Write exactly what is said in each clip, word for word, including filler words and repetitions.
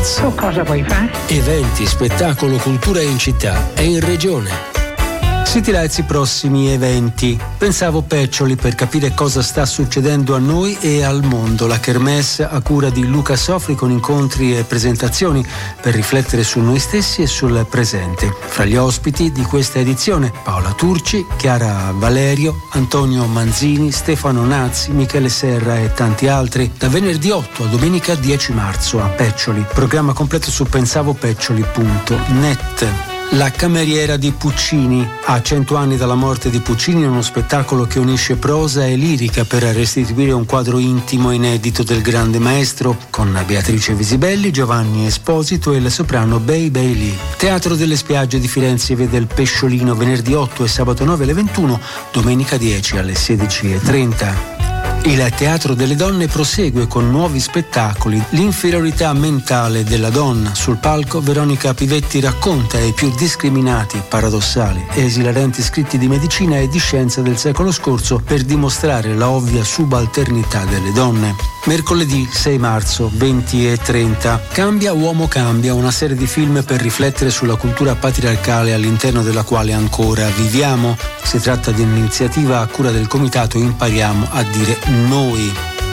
Lights. Tu cosa vuoi fare? Eventi, spettacolo, cultura in città e in regione. City Lights, i prossimi eventi. Pensavo Peccioli per capire cosa sta succedendo a noi e al mondo. La kermesse a cura di Luca Sofri con incontri e presentazioni per riflettere su noi stessi e sul presente. Fra gli ospiti di questa edizione Paola Turci, Chiara Valerio, Antonio Manzini, Stefano Nazzi, Michele Serra e tanti altri. Da venerdì otto a domenica dieci marzo a Peccioli. Programma completo su pensavopeccioli punto net. La cameriera di Puccini. A cento anni dalla morte di Puccini è uno spettacolo che unisce prosa e lirica per restituire un quadro intimo e inedito del grande maestro con Beatrice Visibelli, Giovanni Esposito e la soprano Bei Bei Lee. Teatro delle Spiagge di Firenze vede il Pesciolino venerdì otto e sabato nove alle ventuno, domenica dieci alle sedici e trenta. Il Teatro delle Donne prosegue con nuovi spettacoli. L'inferiorità mentale della donna. Sul palco Veronica Pivetti racconta i più discriminati, paradossali e esilaranti scritti di medicina e di scienza del secolo scorso per dimostrare la ovvia subalternità delle donne. Mercoledì sei marzo, venti e trenta. Cambia Uomo Cambia, una serie di film per riflettere sulla cultura patriarcale all'interno della quale ancora viviamo. Si tratta di un'iniziativa a cura del comitato Impariamo a dire noi.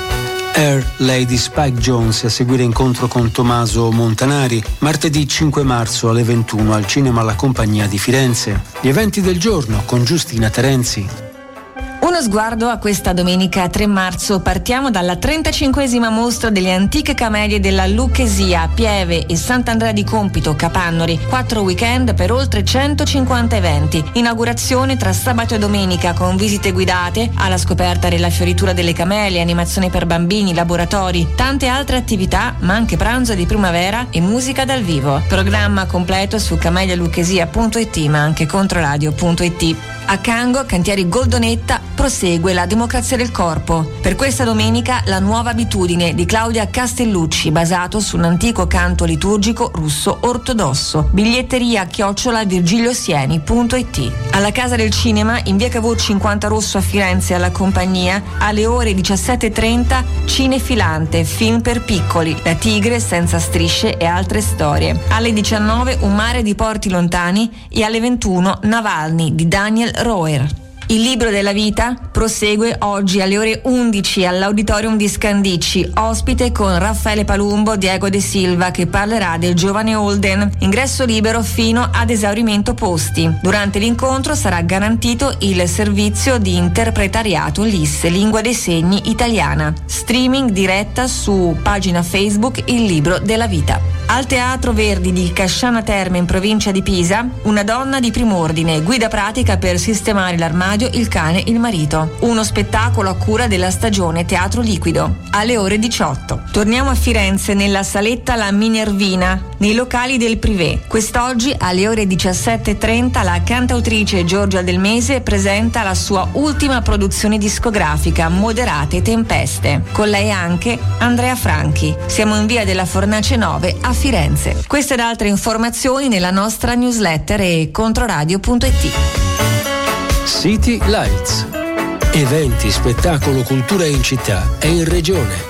Air Lady Spike Jonze, a seguire incontro con Tommaso Montanari, martedì cinque marzo alle ventuno al Cinema La Compagnia di Firenze. Gli eventi del giorno con Giustina Terenzi. Uno sguardo a questa domenica tre marzo. Partiamo dalla trentacinquesima mostra delle antiche camelie della Lucchesia a Pieve e Sant'Andrea di Compito, Capannori. Quattro weekend per oltre centocinquanta eventi. Inaugurazione tra sabato e domenica con visite guidate alla scoperta della fioritura delle camelie, animazione per bambini, laboratori, tante altre attività, ma anche pranzo di primavera e musica dal vivo. Programma completo su camelialucchesia punto it, ma anche controradio punto it. A Cango, Cantieri Goldonetta, prosegue la democrazia del corpo. Per questa domenica la nuova abitudine di Claudia Castellucci, basato su un antico canto liturgico russo ortodosso. Biglietteria chiocciola virgiliosieni punto it. Alla Casa del Cinema, in via Cavour cinquanta Rosso a Firenze, alla Compagnia, alle ore diciassette e trenta, Cinefilante, film per piccoli, La tigre senza strisce e altre storie. Alle diciannove, Un mare di porti lontani e alle ventuno, Navalny di Daniel Roer. Il libro della vita prosegue oggi alle ore undici all'Auditorium di Scandicci, ospite con Raffaele Palumbo, Diego De Silva, che parlerà del giovane Holden. Ingresso libero fino ad esaurimento posti. Durante l'incontro sarà garantito il servizio di interpretariato L I S, lingua dei segni italiana. Streaming diretta su pagina Facebook Il libro della vita. Al Teatro Verdi di Casciana Terme in provincia di Pisa, una donna di prim'ordine, guida pratica per sistemare l'armadio, il cane, il marito. Uno spettacolo a cura della stagione Teatro Liquido, alle ore diciotto. Torniamo a Firenze nella saletta La Minervina, nei locali del Privé. Quest'oggi alle ore diciassette e trenta la cantautrice Giorgia Del Mese presenta la sua ultima produzione discografica, Moderate Tempeste. Con lei anche Andrea Franchi. Siamo in via della Fornace nove a Firenze. Queste ed altre informazioni nella nostra newsletter e controradio punto it. City Lights. Eventi, spettacolo, cultura in città e in regione.